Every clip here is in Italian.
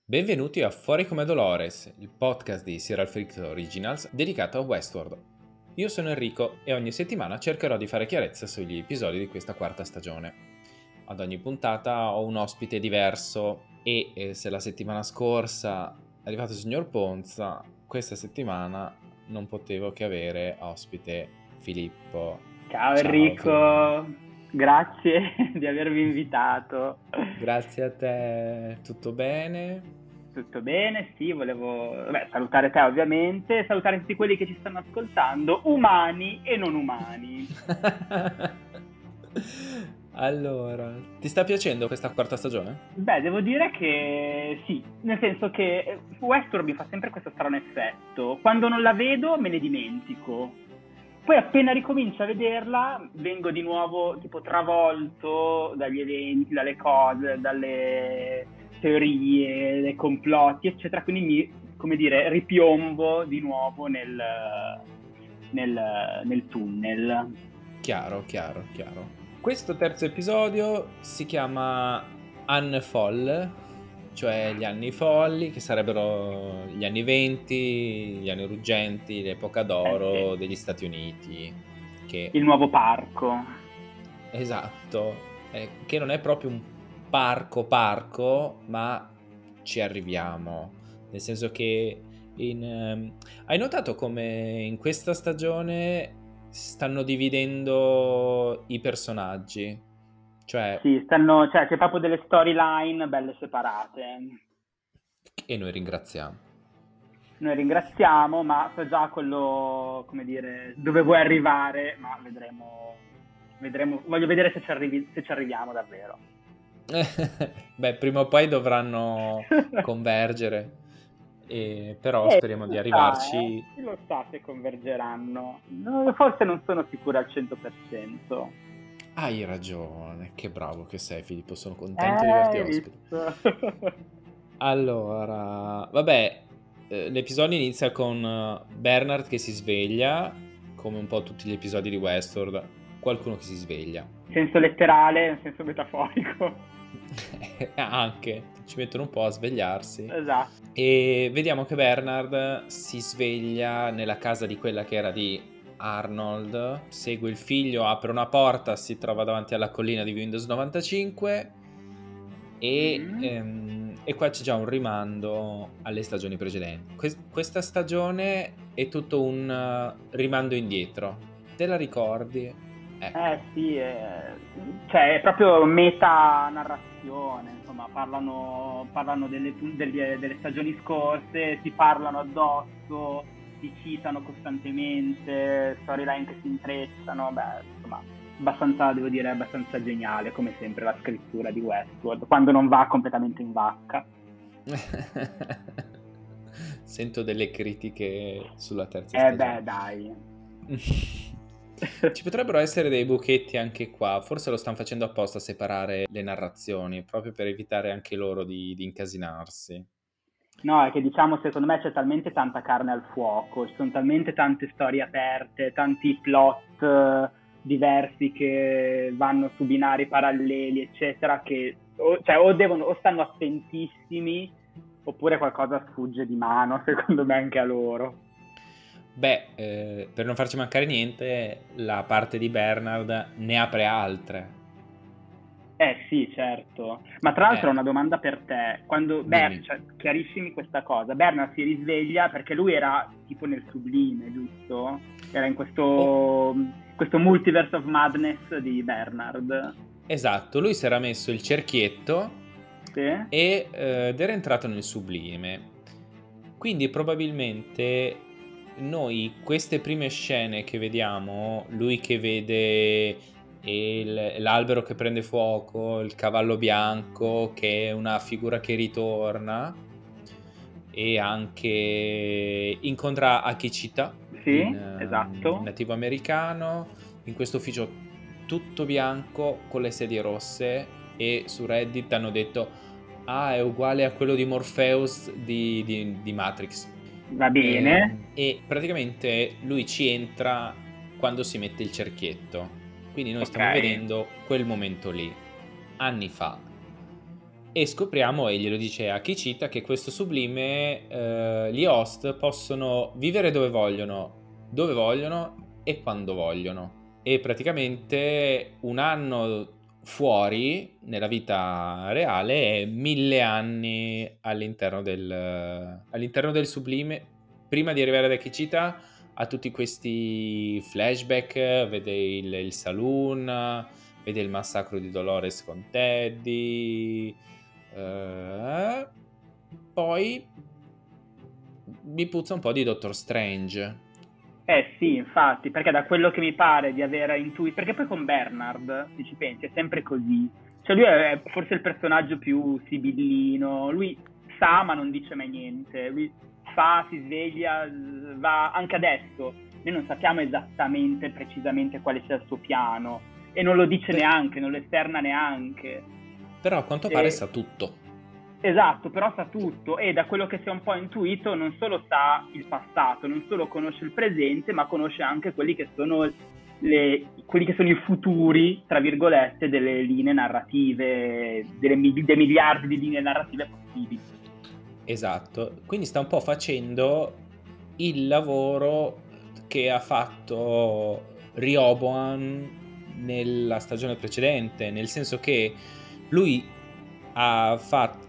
Benvenuti a Fuori come Dolores, il podcast di Serial Freak Originals dedicato a Westworld. Io sono Enrico e ogni settimana cercherò di fare chiarezza sugli episodi di questa quarta stagione. Ad ogni puntata ho un ospite diverso e se la settimana scorsa è arrivato il signor Ponza, questa settimana non potevo che avere ospite Filippo. Ciao Ciao Filippo. Enrico, grazie di avermi invitato. Grazie a te, tutto bene? Tutto bene? Sì, volevo salutare te ovviamente, salutare tutti quelli che ci stanno ascoltando, umani e non umani. Allora, ti sta piacendo questa quarta stagione? Beh, devo dire che sì, nel senso che Westworld mi fa sempre questo strano effetto. Quando non la vedo me ne dimentico. Poi appena ricomincio a vederla vengo di nuovo tipo travolto dagli eventi, dalle cose, dalle teorie, dai complotti, eccetera. Quindi come dire, ripiombo di nuovo nel tunnel. Chiaro. Questo terzo episodio si chiama Unfall, cioè gli anni folli, che sarebbero gli anni 20, gli anni ruggenti, l'epoca d'oro Sì, degli Stati Uniti. Che, il nuovo parco. esatto, che non è proprio un parco, ma ci arriviamo. Nel senso che hai notato come in questa stagione stanno dividendo i personaggi? Cioè, Sì, cioè, c'è proprio delle storyline belle separate. e noi ringraziamo. Noi ringraziamo, ma so già quello, come dire, dove vuoi arrivare, ma vedremo, voglio vedere se ci arriviamo davvero. Beh, prima o poi dovranno convergere, però speriamo Chi di lo sa, arrivarci. chi lo sa se convergeranno. No, forse non sono sicuro al 100%. Hai ragione, che bravo che sei Filippo, sono contento di averti Hai ospite. visto? Allora, vabbè, l'episodio inizia con Bernard che si sveglia, come un po' tutti gli episodi di Westworld, qualcuno che si sveglia. Senso letterale, in senso metaforico. Anche, ci mettono un po' a svegliarsi. Esatto. E vediamo che Bernard si sveglia nella casa di quella che era di Arnold, segue il figlio, apre una porta, si trova davanti alla collina di Windows 95 e qua c'è già un rimando alle stagioni precedenti. Questa stagione è tutto un rimando indietro. Te la ricordi? Ecco. Sì, cioè è proprio meta narrazione, insomma, parlano delle stagioni scorse, si parlano addosso, si citano costantemente, storyline che si intrecciano, beh, insomma, abbastanza, devo dire, abbastanza geniale, come sempre, la scrittura di Westworld, quando non va completamente in vacca. Sento delle critiche sulla terza stagione. Beh, dai. Ci potrebbero essere dei buchetti anche qua, forse lo stanno facendo apposta a separare le narrazioni, proprio per evitare anche loro di incasinarsi. No, è che diciamo, secondo me c'è talmente tanta carne al fuoco, ci sono talmente tante storie aperte, tanti plot diversi che vanno su binari paralleli, eccetera, che o stanno attentissimi, oppure qualcosa sfugge di mano, secondo me anche a loro. Beh, per non farci mancare niente, la parte di Bernard ne apre altre. Sì, certo. Ma tra l'altro ho una domanda per te. Dimmi. Cioè, chiarissimi questa cosa. Bernard si risveglia perché lui era tipo nel sublime, giusto? Era in Oh, questo multiverse of madness di Bernard. esatto, lui si era messo il cerchietto Sì? ed era entrato nel sublime. Quindi probabilmente noi queste prime scene che vediamo, lui che vede l'albero che prende fuoco, il cavallo bianco che è una figura che ritorna e anche incontra Akichita in Sì, esatto. nativo americano in questo ufficio tutto bianco con le sedie rosse e su Reddit hanno detto ah, è uguale a quello di Morpheus di Matrix. Va bene. E praticamente lui ci entra quando si mette il cerchietto. Quindi noi Ok. stiamo vedendo quel momento lì, anni fa. E scopriamo, e glielo dice a Kichita, che questo sublime, gli host possono vivere dove vogliono e quando vogliono. E praticamente un anno fuori, nella vita reale, è 1000 anni all'interno del sublime. Prima di arrivare da Kichita ha tutti questi flashback, vede il saloon, vede il massacro di Dolores con Teddy. Poi mi puzza un po' di Doctor Strange. Sì, infatti, perché da quello che mi pare di aver intuito, perché poi con Bernard, se ci pensi, è sempre così. Cioè lui è forse il personaggio più sibillino, lui sa ma non dice mai niente, lui fa, si sveglia, va anche adesso. Noi non sappiamo esattamente, precisamente quale sia il suo piano e non lo dice neanche, non lo esterna neanche. Però a quanto pare sa tutto. Esatto, però sa tutto e da quello che si è un po' intuito non solo sa il passato, non solo conosce il presente, ma conosce anche quelli che sono i futuri, tra virgolette, delle linee narrative, dei miliardi di linee narrative possibili. Esatto, quindi sta un po' facendo il lavoro che ha fatto Rehoboam nella stagione precedente, nel senso che lui ha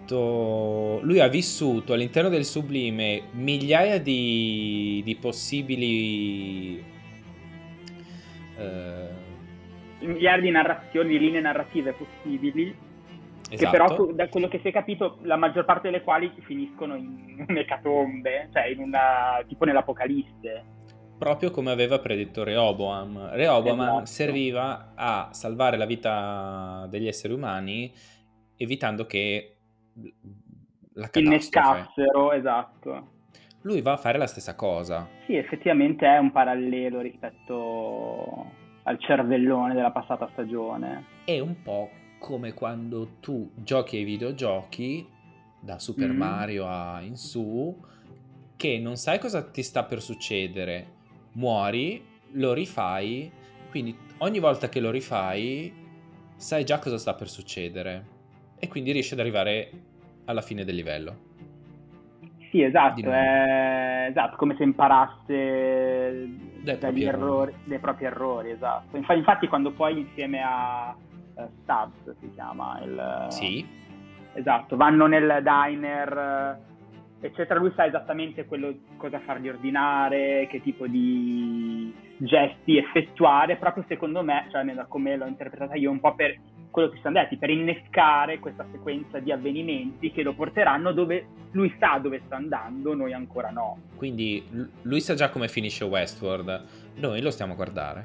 vissuto all'interno del sublime migliaia di possibili miliardi di narrazioni, di linee narrative possibili, esatto. Che però da quello che si è capito la maggior parte delle quali finiscono in un'ecatombe, cioè tipo nell'Apocalisse. Proprio come aveva predetto Rehoboam. Rehoboam Esatto. serviva a salvare la vita degli esseri umani evitando che la catastrofe innescassero, esatto. Lui va a fare la stessa cosa. Sì, effettivamente è un parallelo rispetto al cervellone della passata stagione. È un po' come quando tu giochi ai videogiochi, da Super Mario in su, che non sai cosa ti sta per succedere, muori, lo rifai, quindi ogni volta che lo rifai sai già cosa sta per succedere e quindi riesci ad arrivare alla fine del livello. Sì, esatto, è esatto, come se imparasse dai propri errori, esatto. Infatti quando poi insieme a Stubbs si chiama Sì. Esatto, vanno nel diner eccetera, lui sa esattamente cosa fargli ordinare, che tipo di gesti effettuare, proprio secondo me, cioè almeno come l'ho interpretata io, un po' per quello che ci siamo detti, per innescare questa sequenza di avvenimenti che lo porteranno dove lui sa dove sta andando, noi ancora no. Quindi lui sa già come finisce Westworld, noi lo stiamo a guardare.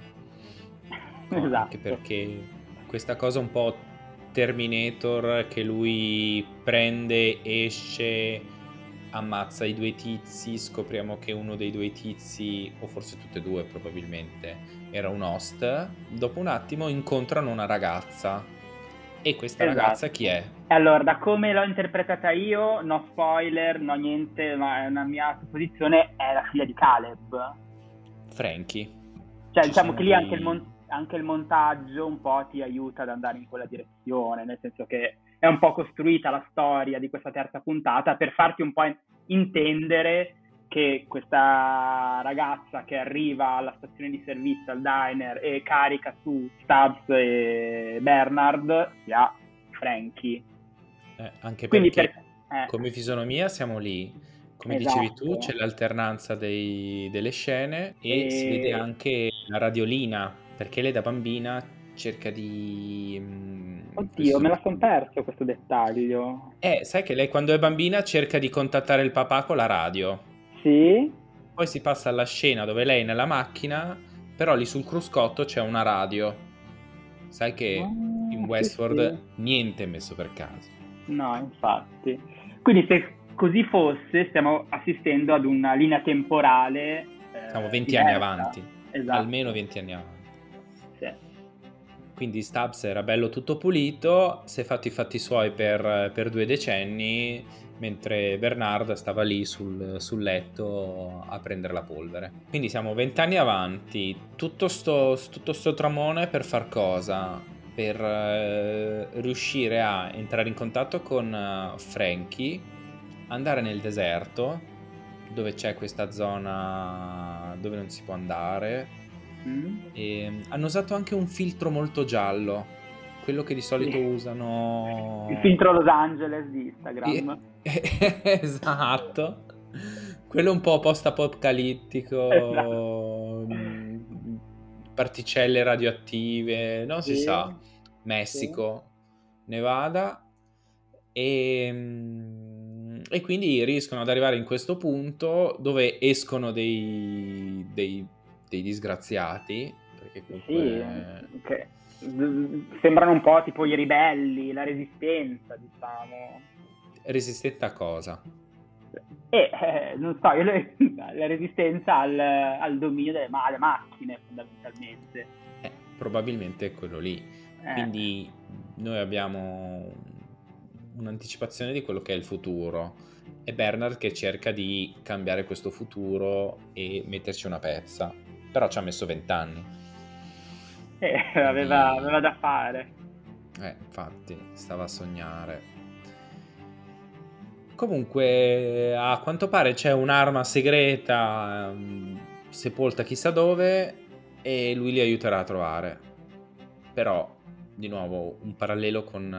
Esatto. Anche perché questa cosa un po' Terminator, che lui prende, esce, ammazza i due tizi, scopriamo che uno dei due tizi, o forse tutte e due probabilmente, era un host. Dopo un attimo incontrano una ragazza. E questa ragazza chi è? Allora, da come l'ho interpretata io, no spoiler, no niente, ma è una mia supposizione, è la figlia di Caleb. Frankie. Cioè, diciamo che lì anche il montaggio un po' ti aiuta ad andare in quella direzione, nel senso che è un po' costruita la storia di questa terza puntata per farti un po' intendere che questa ragazza che arriva alla stazione di servizio, al diner, e carica su Stubbs e Bernard sia Frankie. Anche perché come fisonomia siamo lì, come dicevi tu, c'è l'alternanza delle scene e si vede anche la radiolina, perché lei da bambina cerca di... Oddio, me la son perso questo dettaglio. Sai che lei quando è bambina cerca di contattare il papà con la radio. Sì. Poi si passa alla scena dove lei è nella macchina, però lì sul cruscotto c'è una radio. Sai che in Westworld niente è messo per caso. No, infatti. Quindi se così fosse, stiamo assistendo ad una linea temporale siamo 20 anni avanti. Esatto. Almeno 20 anni avanti. Sì. Quindi Stubbs era bello tutto pulito, si è fatto i fatti suoi per 2 decenni, mentre Bernard stava lì sul letto a prendere la polvere. Quindi siamo 20 anni avanti, tutto sto tramone per far cosa? per riuscire a entrare in contatto con Frankie, andare nel deserto dove c'è questa zona dove non si può andare. E hanno usato anche un filtro molto giallo, quello che di solito Sì. Il usano. filtro Los Angeles di Instagram. Esatto, quello un po' Esatto. post-apocalittico, particelle radioattive, non si Sì, sa. sì. Messico, Nevada, e quindi riescono ad arrivare in questo punto dove escono dei disgraziati, perché Sì, comunque che sembrano un po' tipo i ribelli, la resistenza, diciamo. resistette a cosa? E non so, la resistenza al dominio alle macchine, fondamentalmente. Probabilmente è quello lì. Eh, Quindi noi abbiamo un'anticipazione di quello che è il futuro. È Bernard che cerca di cambiare questo futuro e metterci una pezza. Però ci ha messo 20 anni. aveva Quindi, da fare. infatti, stava a sognare. Comunque, a quanto pare c'è un'arma segreta sepolta chissà dove e lui li aiuterà a trovare. Però, di nuovo, un parallelo con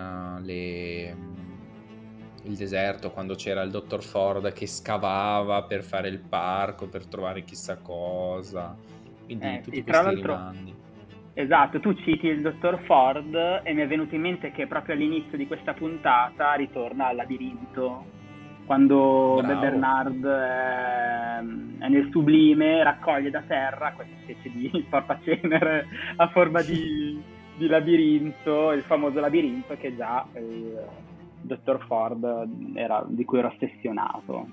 il deserto, quando c'era il dottor Ford che scavava per fare il parco, per trovare chissà cosa. Quindi tutti Sì, tra questi l'altro, rimandi. esatto, tu citi il dottor Ford e mi è venuto in mente che proprio all'inizio di questa puntata ritorna al labirinto, quando Bravo. Bernard è nel sublime, raccoglie da terra questa specie di portacenere a forma di labirinto, il famoso labirinto che già il dottor Ford di cui era ossessionato.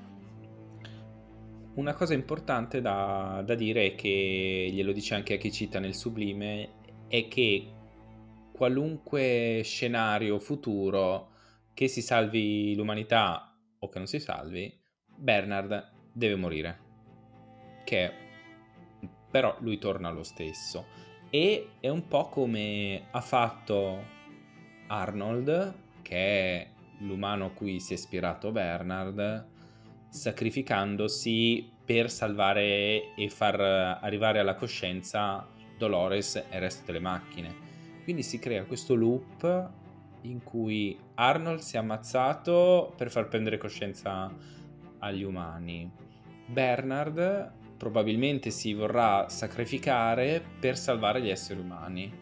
Una cosa importante da dire è che, glielo dice anche a chi cita nel Sublime, è che qualunque scenario futuro, che si salvi l'umanità o che non si salvi, Bernard deve morire. Che però lui torna lo stesso. E è un po' come ha fatto Arnold, che è l'umano a cui si è ispirato Bernard, sacrificandosi per salvare e far arrivare alla coscienza Dolores e il resto delle macchine. Quindi si crea questo loop in cui Arnold si è ammazzato per far prendere coscienza agli umani. Bernard probabilmente si vorrà sacrificare per salvare gli esseri umani.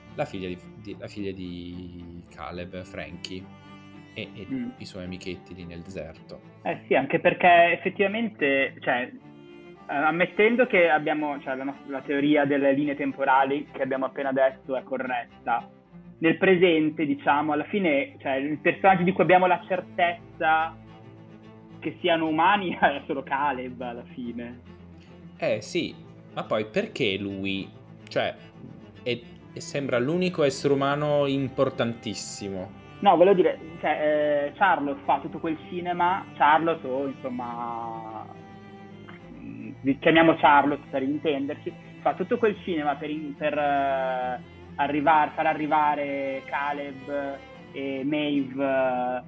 La figlia di Caleb, Frankie, e Mm. i suoi amichetti lì nel deserto. Eh sì, anche perché effettivamente, cioè, ammettendo che abbiamo, cioè, la teoria delle linee temporali che abbiamo appena detto è corretta, nel presente, diciamo, alla fine, cioè, il personaggio di cui abbiamo la certezza che siano umani è solo Caleb alla fine. Sì, ma poi perché lui? Cioè, sembra l'unico essere umano importantissimo. No, volevo dire, cioè, Charlotte fa tutto quel cinema, Charlotte o insomma, chiamiamo Charlotte per intenderci, fa tutto quel cinema per far arrivare Caleb e Maeve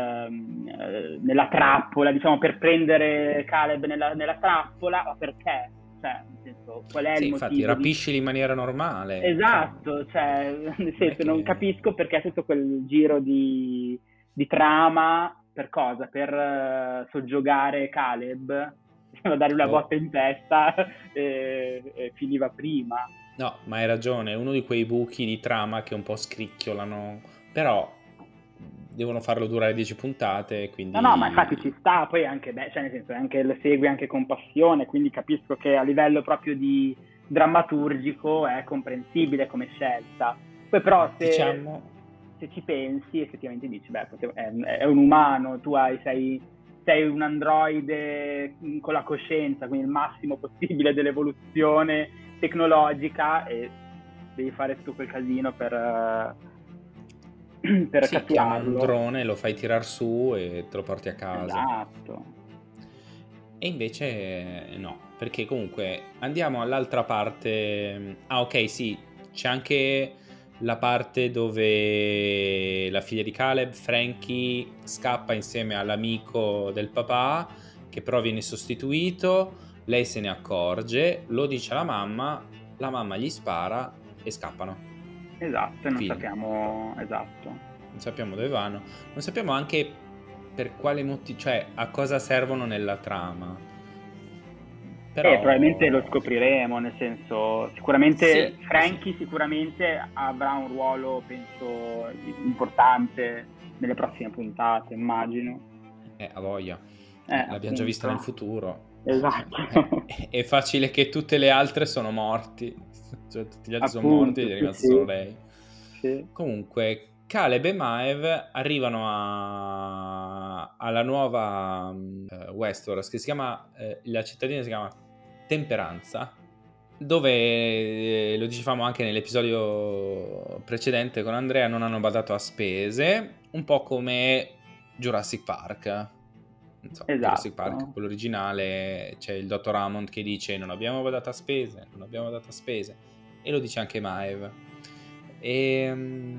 nella trappola, diciamo, per prendere Caleb nella trappola, ma perché? Cioè, nel senso, qual è il Sì, infatti, motivo di... rapiscili in maniera normale. Cioè, Esatto, cioè, nel non è senso, non che. capisco perché tutto quel giro di trama, per cosa? Per soggiogare Caleb, a dare una Oh, botta in testa e finiva prima. no, ma hai ragione, è uno di quei buchi di trama che un po' scricchiolano, però devono farlo durare 10 puntate, No, no, ma infatti ci quindi. sta, poi anche, beh, cioè nel senso, anche, lo segui anche con passione, quindi capisco che a livello proprio di drammaturgico è comprensibile come scelta. Poi però Diciamo. se ci pensi, effettivamente dici, beh, è un umano, sei un androide con la coscienza, quindi il massimo possibile dell'evoluzione tecnologica e devi fare tutto quel casino per Sì, chiama un catturarlo. drone, lo fai tirar su e te lo porti a casa. Esatto. E invece no, perché comunque andiamo all'altra parte. Ah, ok, sì, c'è anche la parte dove la figlia di Caleb, Frankie, scappa insieme all'amico del papà, che però viene sostituito, lei se ne accorge, lo dice alla mamma, la mamma gli spara e scappano. Esatto, e non Fine. sappiamo, esatto. Non sappiamo dove vanno, non sappiamo anche per quale motivo, cioè a cosa servono nella trama. Però Probabilmente lo scopriremo, nel senso, sicuramente sì, Frankie sicuramente avrà un ruolo, penso, importante nelle prossime puntate, immagino. a voglia. L'abbiamo già vista nel Appunto. futuro. Esatto. È facile che tutte le altre sono morti, cioè tutti gli altri sono morti ed è Appunto, rimasta sì, solo lei. sì. Comunque Caleb e Maeve arrivano alla nuova Westeros, che si chiama, la cittadina si chiama Temperanza, dove lo dicevamo anche nell'episodio precedente con Andrea, non hanno badato a spese, un po' come Jurassic Park. Non so, Jurassic Park, Esatto. quello originale, c'è il dottor Hammond che dice non abbiamo badato a spese, non abbiamo badato a spese, e lo dice anche Maeve. E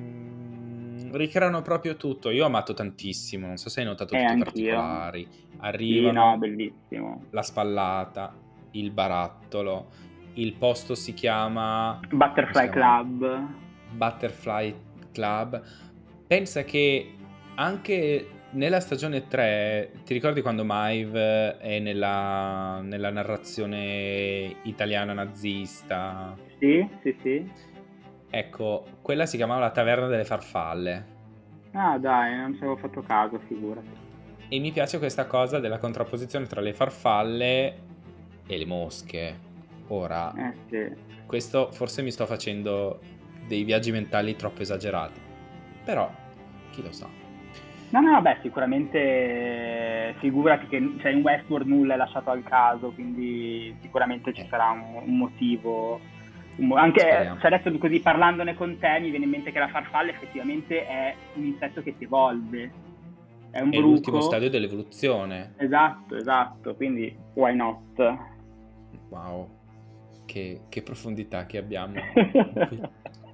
ricreano proprio tutto. Io ho amato tantissimo, non so se hai notato tutti i Anch'io. particolari. Sì, no, Arrivano, bellissimo. la spallata, il barattolo, il posto si chiama Butterfly Club. Butterfly Club. Pensa che anche nella stagione 3, ti ricordi quando Maeve è nella narrazione italiana nazista? Sì, sì, sì. Ecco, quella si chiamava la Taverna delle Farfalle. Ah, dai, non ci avevo fatto caso, figurati. E mi piace questa cosa della contrapposizione tra le farfalle e le mosche. Ora, Sì. questo forse mi sto facendo dei viaggi mentali troppo esagerati. Però, chi lo sa. No, beh, sicuramente figurati che cioè, in Westworld nulla è lasciato al caso, quindi sicuramente ci sarà un motivo. Anche Speriamo. cioè, adesso così parlandone con te mi viene in mente che la farfalla effettivamente è un insetto che si evolve, è un È l'ultimo bruco. stadio dell'evoluzione. Esatto, quindi why not? Wow, che profondità che abbiamo qui.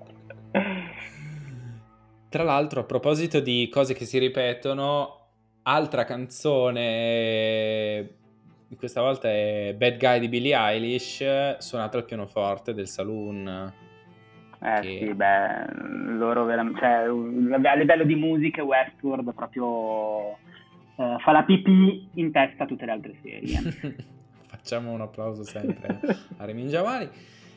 Tra l'altro, a proposito di cose che si ripetono, altra canzone, questa volta è Bad Guy di Billie Eilish, suonata al pianoforte del saloon. Sì, beh, loro veramente, cioè, a livello di musica Westworld proprio fa la pipì in testa a tutte le altre serie. Facciamo un applauso sempre a Ramin Djawadi.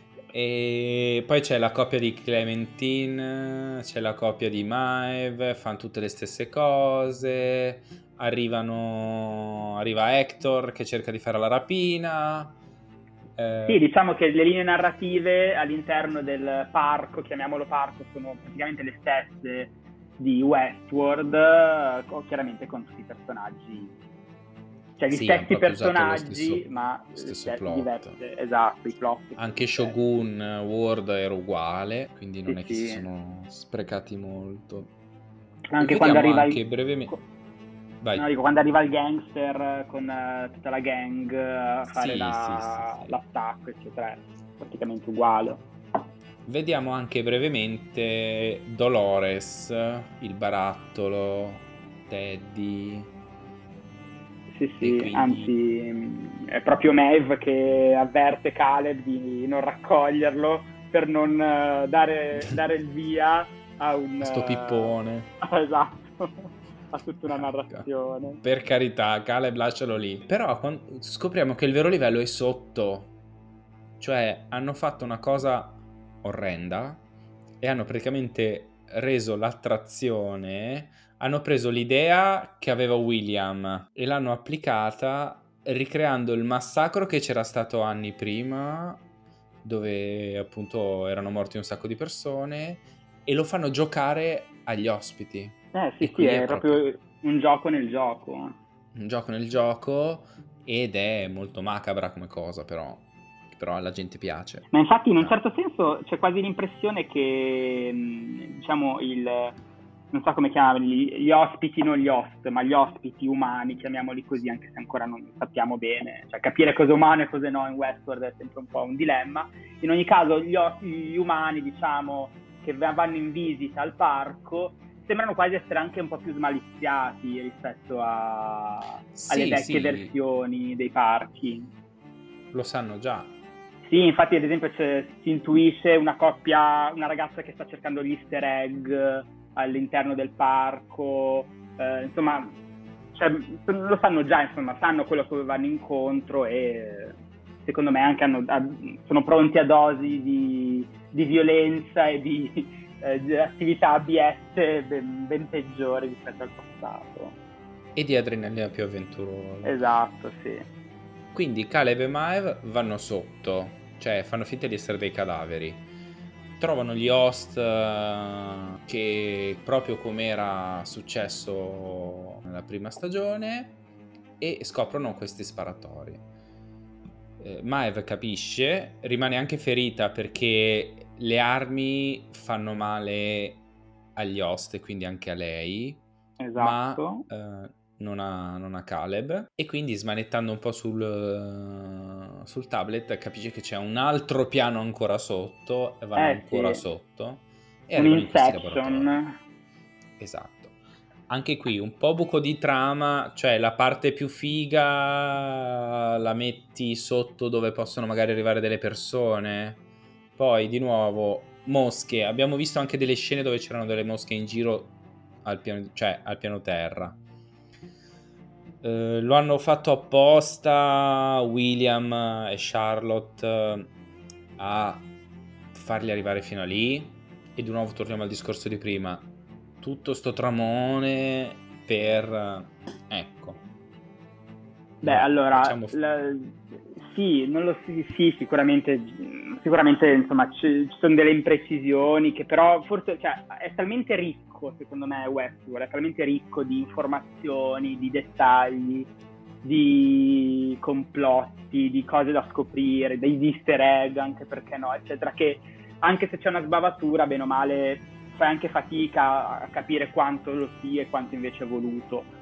E poi c'è la coppia di Clementine, c'è la coppia di Maeve, fanno tutte le stesse cose. Arriva Hector che cerca di fare la rapina. Sì, diciamo che le linee narrative all'interno del parco, chiamiamolo parco, sono praticamente le stesse di Westworld, chiaramente con tutti i personaggi, cioè gli Sì, hanno stessi proprio usato personaggi, ma lo stesso plot. diverse, esatto, i plot. Anche Shogun World era uguale, quindi non Sì, è che si sì. sono sprecati molto. Anche E quando vediamo arriva anche brevemente. Vai. No, dico, quando arriva il gangster con tutta la gang a fare Sì. l'attacco, eccetera, è praticamente uguale. Vediamo anche brevemente Dolores, il barattolo, Teddy. Sì, E sì, quindi anzi è proprio Maeve che avverte Caleb di non raccoglierlo per non dare il via a un... a sto pippone. Esatto, a tutta una narrazione. Per carità, Caleb lascialo lì. Però scopriamo che il vero livello è sotto. Cioè, hanno fatto una cosa orrenda e hanno praticamente reso l'attrazione, hanno preso l'idea che aveva William e l'hanno applicata ricreando il massacro che c'era stato anni prima, dove appunto erano morti un sacco di persone, e lo fanno giocare agli ospiti. Sì, E quindi è è proprio proprio un gioco nel gioco. un gioco nel gioco ed è molto macabra come cosa, però alla gente piace. Ma infatti in un certo senso c'è quasi l'impressione che, diciamo, non so come chiamarli, gli ospiti, non gli host, ma gli ospiti umani, chiamiamoli così, anche se ancora non sappiamo bene, cioè capire cosa è umano e cosa no in Westworld è sempre un po' un dilemma. In ogni caso gli umani, diciamo, che vanno in visita al parco sembrano quasi essere anche un po' più smaliziati rispetto alle vecchie versioni dei parchi. Lo sanno già. Sì, infatti ad esempio si intuisce una coppia, una ragazza che sta cercando gli easter egg all'interno del parco, insomma, cioè, lo sanno già, insomma, sanno quello che vanno incontro e secondo me anche sono pronti a dosi di violenza e di attività abiette ben peggiori rispetto al passato. E di adrenalina più avventurosa. Esatto, sì. Quindi Caleb e Maev vanno sotto, cioè fanno finta di essere dei cadaveri. Trovano gli host che proprio come era successo nella prima stagione e scoprono questi sparatori. Maev capisce, rimane anche ferita perché le armi fanno male agli host e quindi anche a lei. Esatto. Ma non ha Caleb, e quindi smanettando un po' sul tablet capisce che c'è un altro piano ancora sotto e vanno ancora Sì. sotto e Un arrivano in questi laboratori. Inception. Esatto. Anche qui un po' buco di trama, cioè la parte più figa la metti sotto dove possono magari arrivare delle persone, poi di nuovo mosche, abbiamo visto anche delle scene dove c'erano delle mosche in giro al piano terra. Lo hanno fatto apposta William e Charlotte a farli arrivare fino a lì, e di nuovo torniamo al discorso di prima, tutto sto tramone per ecco. Beh, allora sì, non lo sì, sicuramente insomma ci sono delle imprecisioni che però forse, cioè, è talmente ricco, secondo me, Westworld è talmente ricco di informazioni, di dettagli, di complotti, di cose da scoprire, dei easter egg, anche perché no, eccetera, che anche se c'è una sbavatura, bene o male, fai anche fatica a capire quanto lo sia e quanto invece è voluto.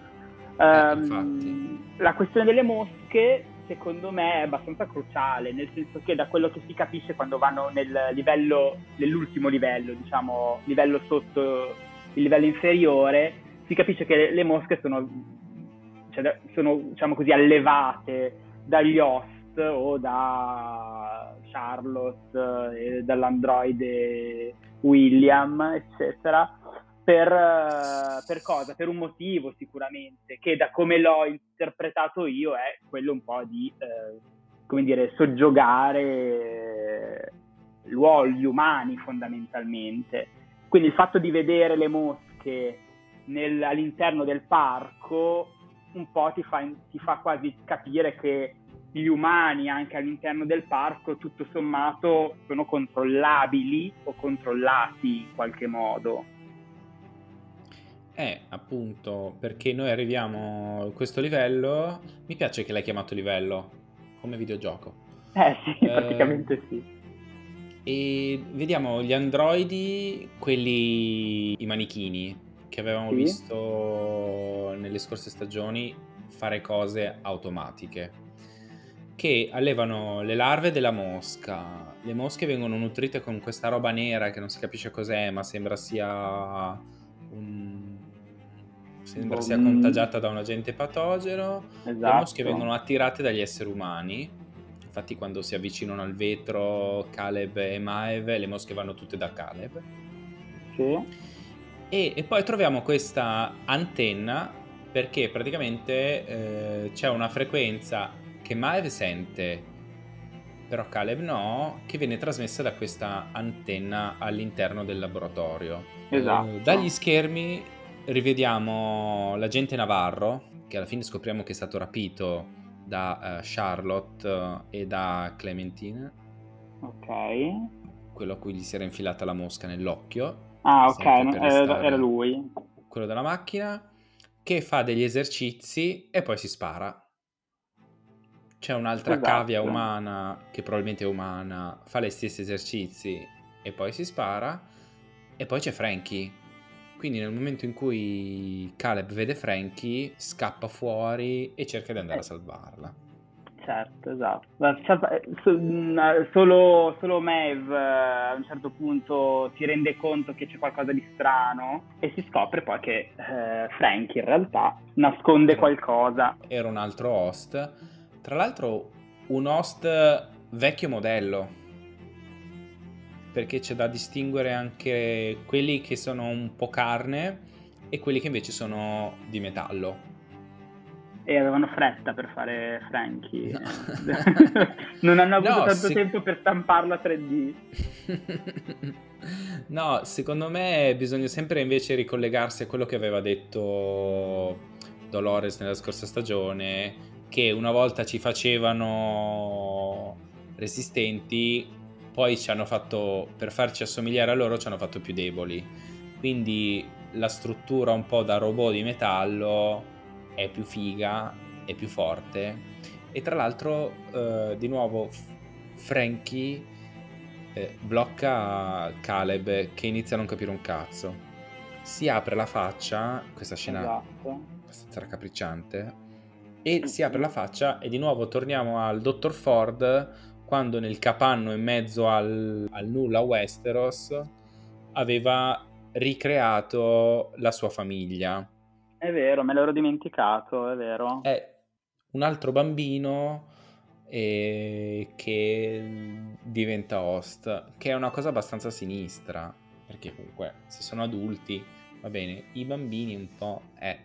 La questione delle mosche secondo me è abbastanza cruciale, nel senso che da quello che si capisce quando vanno nell'ultimo livello, diciamo livello sotto il livello inferiore, si capisce che le mosche sono diciamo così allevate dagli host o da Charlotte, dall'androide William, eccetera. Per cosa? Per un motivo sicuramente, che da come l'ho interpretato io è quello un po' di, come dire, soggiogare gli umani fondamentalmente. Quindi il fatto di vedere le mosche all'interno del parco un po' ti fa quasi capire che gli umani anche all'interno del parco tutto sommato sono controllabili o controllati in qualche modo. Appunto, perché noi arriviamo a questo livello. Mi piace che l'hai chiamato livello, come videogioco. Sì, praticamente sì. E vediamo gli androidi, quelli, i manichini, che avevamo visto nelle scorse stagioni fare cose automatiche, che allevano le larve della mosca. Le mosche vengono nutrite con questa roba nera che non si capisce cos'è, ma sembra sia contagiata da un agente patogeno. Esatto. Le mosche vengono attirate dagli esseri umani. Infatti quando si avvicinano al vetro Caleb e Maev, le mosche vanno tutte da Caleb. Sì. E poi troviamo questa antenna, perché praticamente c'è una frequenza che Maev sente, però Caleb no, che viene trasmessa da questa antenna all'interno del laboratorio. Esatto. Dagli schermi rivediamo l'agente Navarro, che alla fine scopriamo che è stato rapito da Charlotte e da Clementine. Ok. Quello a cui gli si era infilata la mosca nell'occhio. Ah, ok, era lui. Quello della macchina, che fa degli esercizi e poi si spara. C'è un'altra cavia umana, che probabilmente è umana, fa gli stessi esercizi e poi si spara. E poi c'è Frankie. Quindi nel momento in cui Caleb vede Frankie, scappa fuori e cerca di andare a salvarla. certo, esatto. Solo Maeve a un certo punto si rende conto che c'è qualcosa di strano e si scopre poi che Frank in realtà nasconde qualcosa. Era un altro host, tra l'altro un host vecchio modello, perché c'è da distinguere anche quelli che sono un po' carne e quelli che invece sono di metallo. E avevano fretta per fare Frankie. Non hanno avuto tanto tempo per stamparlo a 3D. No, secondo me bisogna sempre invece ricollegarsi a quello che aveva detto Dolores nella scorsa stagione, che una volta ci facevano resistenti, poi ci hanno fatto, per farci assomigliare a loro, ci hanno fatto più deboli. Quindi la struttura un po' da robot di metallo è più figa, è più forte. E tra l'altro, di nuovo, Frankie blocca Caleb, che inizia a non capire un cazzo. Si apre la faccia, questa scena abbastanza raccapricciante, e si apre la faccia e di nuovo torniamo al Dottor Ford, quando nel capanno in mezzo al nulla Westeros aveva ricreato la sua famiglia. È vero, me l'ero dimenticato, è vero. È un altro bambino che diventa host, che è una cosa abbastanza sinistra, perché comunque se sono adulti va bene, i bambini un po'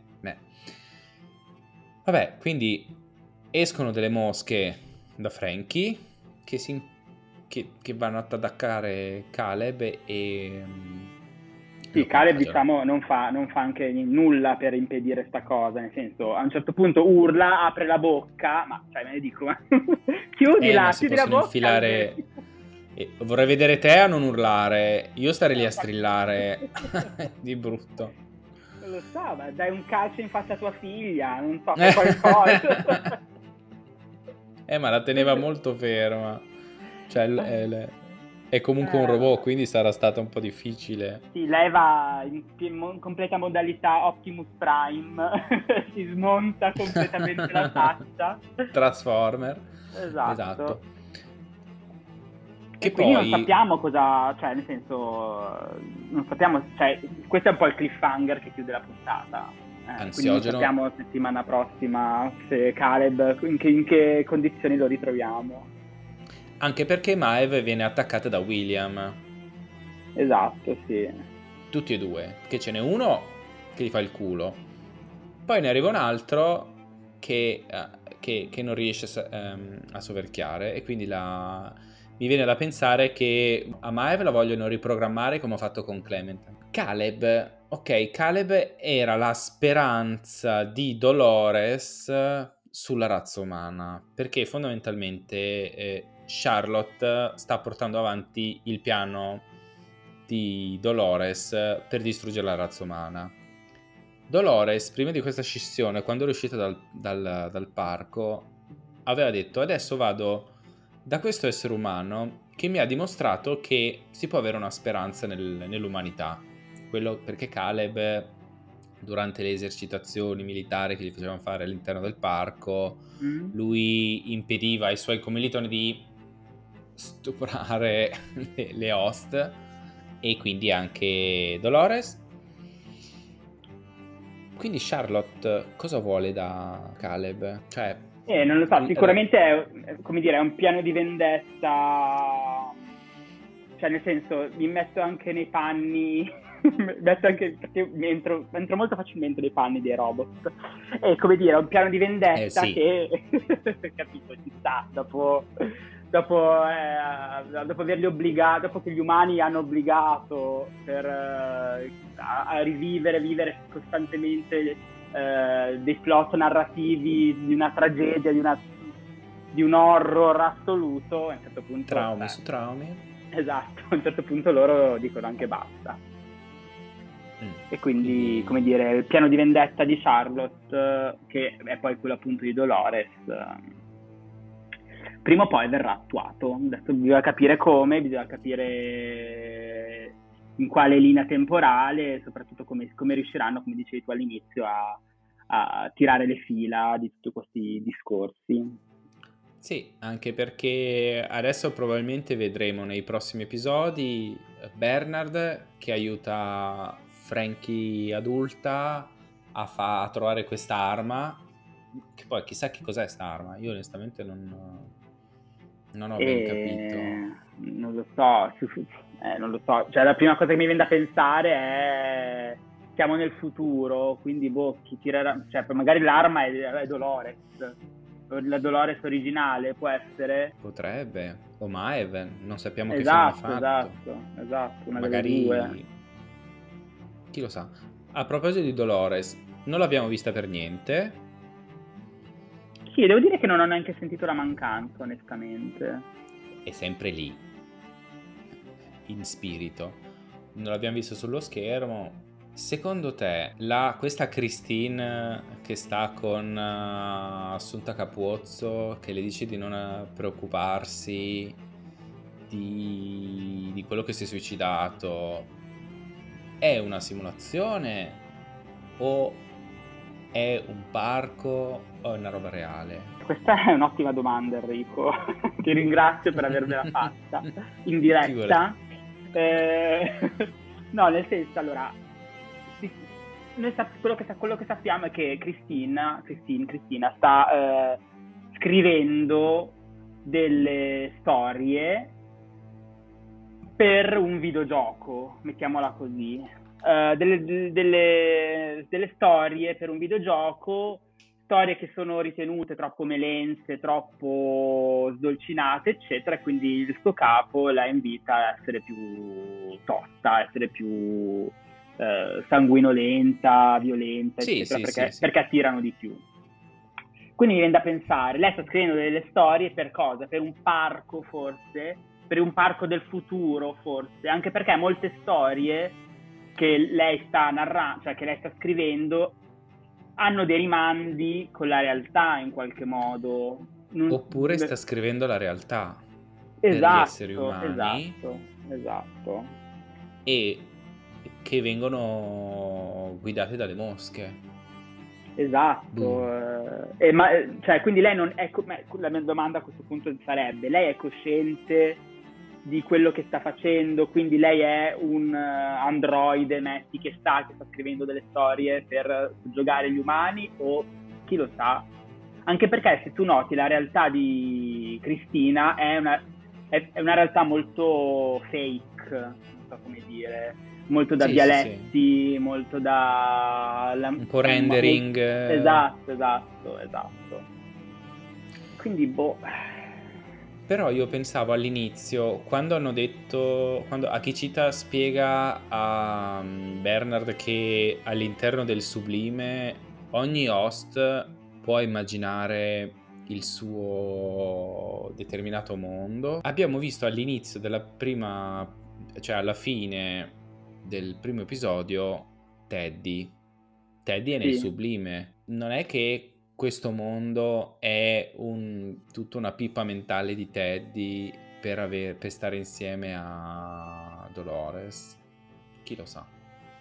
Vabbè, quindi escono delle mosche da Frankie che vanno ad attaccare Caleb e sì, Caleb diciamo non fa anche nulla per impedire sta cosa, nel senso a un certo punto urla, apre la bocca, ma cioè me ne dico, chiudi la bocca. Infilare. Vorrei vedere te a non urlare, io starei lì a strillare di brutto. Non lo so, ma dai un calcio in faccia a tua figlia, non so, fai qualcosa. Ma la teneva molto ferma, cioè è comunque un robot, quindi sarà stato un po' difficile. Sì, lei va in completa modalità Optimus Prime, si smonta completamente la faccia. Transformer. Esatto. Che e quindi poi non sappiamo cosa, cioè nel senso, non sappiamo, cioè questo è un po' il cliffhanger che chiude la puntata. Quindi non sappiamo settimana prossima se Caleb, in che condizioni lo ritroviamo. Anche perché Maeve viene attaccata da William. Esatto, sì. Tutti e due, che ce n'è uno che gli fa il culo, poi ne arriva un altro che non riesce a soverchiare, e quindi mi viene da pensare che a Maeve la vogliono riprogrammare come ho fatto con Clement. Caleb era la speranza di Dolores sulla razza umana, perché fondamentalmente Charlotte sta portando avanti il piano di Dolores per distruggere la razza umana. Dolores, prima di questa scissione, quando è uscita dal parco, aveva detto: adesso vado da questo essere umano che mi ha dimostrato che si può avere una speranza nell'umanità. Quello perché Caleb, durante le esercitazioni militari che gli facevano fare all'interno del parco, lui impediva ai suoi commilitoni di stuprare le host, e quindi anche Dolores. Quindi Charlotte cosa vuole da Caleb? Cioè, non lo so, sicuramente è, come dire, è un piano di vendetta, cioè nel senso mi metto anche nei panni, perché entro molto facilmente nei panni dei robot, e come dire, è un piano di vendetta sì. che capito, ci sta dopo averli obbligato, dopo che gli umani hanno obbligato a vivere costantemente dei plot narrativi di una tragedia, di un horror assoluto, a un certo punto traumi su traumi. Esatto, a un certo punto loro dicono anche basta. E quindi, come dire, il piano di vendetta di Charlotte, che è poi quello appunto di Dolores, prima o poi verrà attuato. Adesso bisogna capire come, bisogna capire in quale linea temporale, e soprattutto come riusciranno, come dicevi tu all'inizio, a tirare le fila di tutti questi discorsi. Sì, anche perché adesso probabilmente vedremo nei prossimi episodi Bernard che aiuta Frankie adulta a trovare questa arma, che poi chissà che cos'è sta arma, io onestamente non ho ben capito. Non lo so, non lo so. Cioè, la prima cosa che mi viene da pensare è siamo nel futuro, quindi boh, chi tirerà, cioè magari l'arma è Dolores, la Dolores originale può essere. Potrebbe, o Maeve, non sappiamo che fine ha Esatto, fatto. esatto, una delle due. Magari, chi lo sa. A proposito di Dolores, non l'abbiamo vista per niente. Sì, devo dire che non ho neanche sentito la mancanza, onestamente. È sempre lì, in spirito. Non l'abbiamo visto sullo schermo. Secondo te, questa Christine che sta con Assunta Capuzzo, che le dice di non preoccuparsi di quello che si è suicidato, è una simulazione o è un parco o è una roba reale? Questa è un'ottima domanda, Enrico. Ti ringrazio per avermela fatta in diretta. No, nel senso, allora, quello che sappiamo è che Cristina sta scrivendo delle storie per un videogioco, mettiamola così. Delle storie per un videogioco, storie che sono ritenute troppo melense, troppo sdolcinate, eccetera, e quindi il suo capo la invita a essere più tosta, a essere più sanguinolenta, violenta, Sì, eccetera, sì. perché attirano di più. Quindi mi viene da pensare, lei sta scrivendo delle storie per cosa? Per un parco forse? Per un parco del futuro forse? Anche perché molte storie che lei sta narrando, cioè che lei sta scrivendo, hanno dei rimandi con la realtà in qualche modo. Oppure sta scrivendo la realtà per gli esseri umani Esatto. e che vengono guidati dalle mosche. Esatto, cioè, quindi lei non è, la mia domanda a questo punto sarebbe, lei è cosciente di quello che sta facendo, quindi lei è un androide Messi che sta scrivendo delle storie per giocare gli umani, o chi lo sa? Anche perché se tu noti la realtà di Cristina è una realtà molto fake, non so come dire, molto da dialetti, molto da un po' rendering. Esatto. Quindi boh. Però io pensavo all'inizio, quando hanno detto, quando Akishita spiega a Bernard che all'interno del sublime ogni host può immaginare il suo determinato mondo. Abbiamo visto all'inizio della prima, cioè alla fine del primo episodio, Teddy è nel sublime. Non è che questo mondo è tutta una pippa mentale di Teddy per stare insieme a Dolores. Chi lo sa?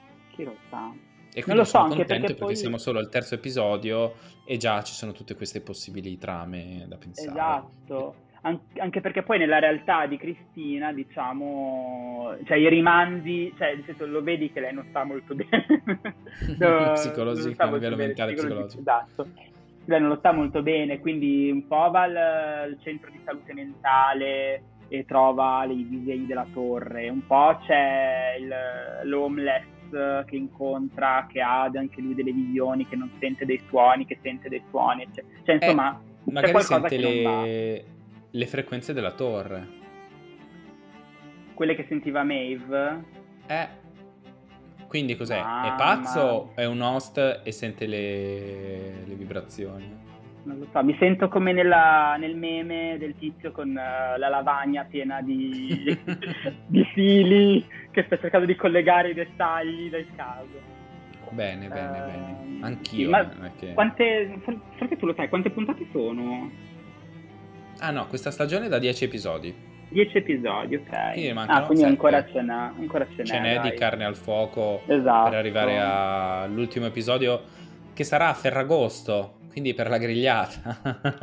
E quindi sono contento perché siamo solo al terzo episodio e già ci sono tutte queste possibili trame da pensare. Esatto, anche perché poi nella realtà di Cristina, diciamo, cioè i rimandi, cioè nel senso, lo vedi che lei non sta molto bene. Psicologico, a livello mentale psicologico. Esatto. Lei non lo sta molto bene, quindi un po' va al centro di salute mentale e trova i disegni della torre, un po' c'è l'homeless che incontra, che ha anche lui delle visioni, che non sente dei suoni, che sente dei suoni, cioè insomma magari sente le frequenze della torre, quelle che sentiva Maeve. Quindi cos'è? È pazzo? È un host e sente le vibrazioni? Non lo so, mi sento come nel meme del tizio con la lavagna piena di fili che sta cercando di collegare i dettagli del caso. Bene. Anch'io. Sì, ma forse tu lo sai, quante puntate sono? Ah no, questa stagione è da 10 episodi. 10 episodi, ok. Quindi ancora ce n'è. Ce n'è di carne al fuoco, esatto, per arrivare all'ultimo episodio, che sarà a Ferragosto. quindi per la grigliata.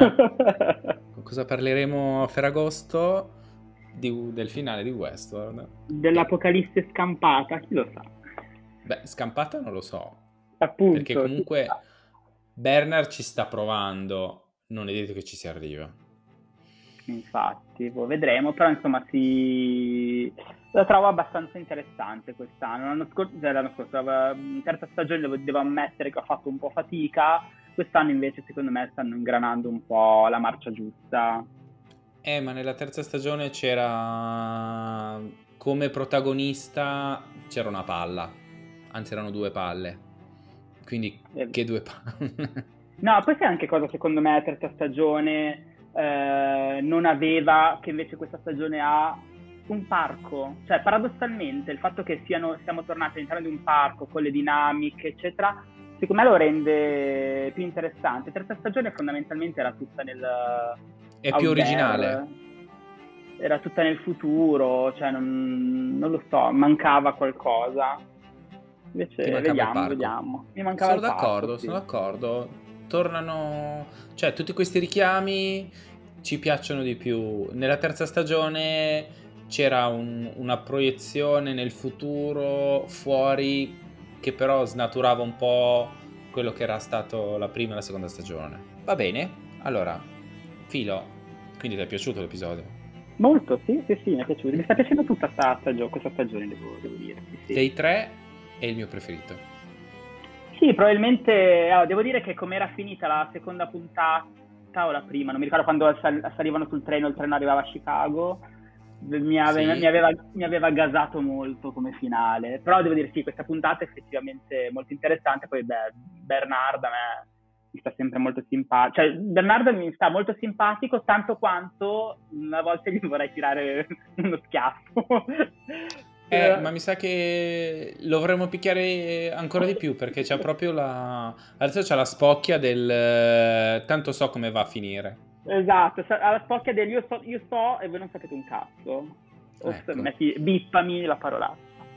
Cosa parleremo a Ferragosto? Del finale di Westworld. Dell'Apocalisse scampata, chi lo sa? Beh, scampata non lo so. Appunto. Perché comunque Bernard ci sta provando, non è detto che ci si arriva. Infatti, vedremo, però insomma la trovo abbastanza interessante quest'anno. L'anno scorso, in terza stagione devo ammettere che ho fatto un po' fatica, quest'anno invece secondo me stanno ingranando un po' la marcia giusta. Ma nella terza stagione c'era come protagonista c'era una palla, anzi erano 2 palle, quindi che 2 palle? No, poi c'è anche cosa secondo me la terza stagione non aveva, che invece questa stagione ha, un parco. Cioè paradossalmente il fatto che siamo tornati all'interno di un parco con le dinamiche eccetera, secondo me lo rende più interessante. Terza stagione fondamentalmente era tutta nel è più originale, era tutta nel futuro, cioè non lo so, mancava qualcosa. Invece vediamo. Mi mancava il parco, sì. Sono d'accordo. Tornano, cioè tutti questi richiami ci piacciono di più. Nella terza stagione c'era una proiezione nel futuro fuori che però snaturava un po' quello che era stato la prima e la seconda stagione. Va bene, allora, Filo, quindi ti è piaciuto l'episodio? Molto, sì, mi è piaciuto. Mi sta piacendo tutta questa stagione, devo dirti. Sì. Dei 3 è il mio preferito. Sì, probabilmente, devo dire che come era finita la seconda puntata o la prima, non mi ricordo quando salivano sul treno, il treno arrivava a Chicago, mi aveva gasato molto come finale, però devo dire sì, questa puntata è effettivamente molto interessante. Poi Bernard a me mi sta sempre molto simpatico, cioè Bernard mi sta molto simpatico tanto quanto a volte gli vorrei tirare uno schiaffo. Ma mi sa che lo vorremmo picchiare ancora di più, perché c'ha proprio adesso c'ha la spocchia del tanto so come va a finire. Esatto, ha la spocchia del io so e voi non sapete un cazzo. Ecco. Bippami la parolaccia.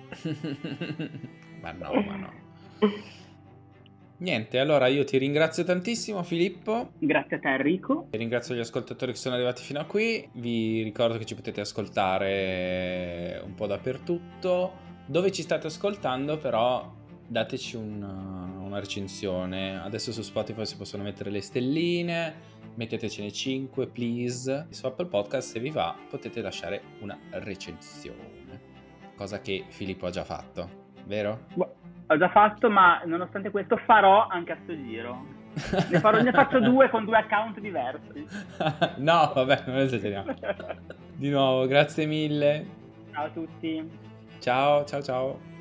ma no. Niente, allora io ti ringrazio tantissimo Filippo. Grazie a te Enrico. E ringrazio gli ascoltatori che sono arrivati fino a qui. Vi ricordo che ci potete ascoltare un po' dappertutto. Dove ci state ascoltando però dateci una recensione. Adesso su Spotify si possono mettere le stelline, mettetecene 5 please. Su Apple Podcast se vi va potete lasciare una recensione, cosa che Filippo ha già fatto, vero? Ho già fatto, ma nonostante questo farò anche a sto giro. Ne faccio 2 con 2 account diversi. No, vabbè, non esageriamo. Di nuovo, grazie mille. Ciao a tutti. Ciao.